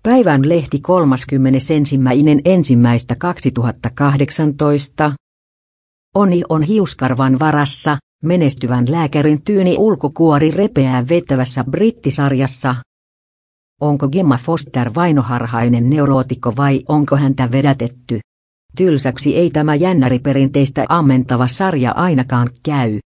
Päivän lehti 31.1.2018. Onni on hiuskarvan varassa, menestyvän lääkärin tyyni ulkokuori repeää vetävässä brittisarjassa. Onko Gemma Foster vainoharhainen neurootikko vai onko häntä vedätetty? Tylsäksi ei tämä jännäriperinteistä ammentava sarja ainakaan käy.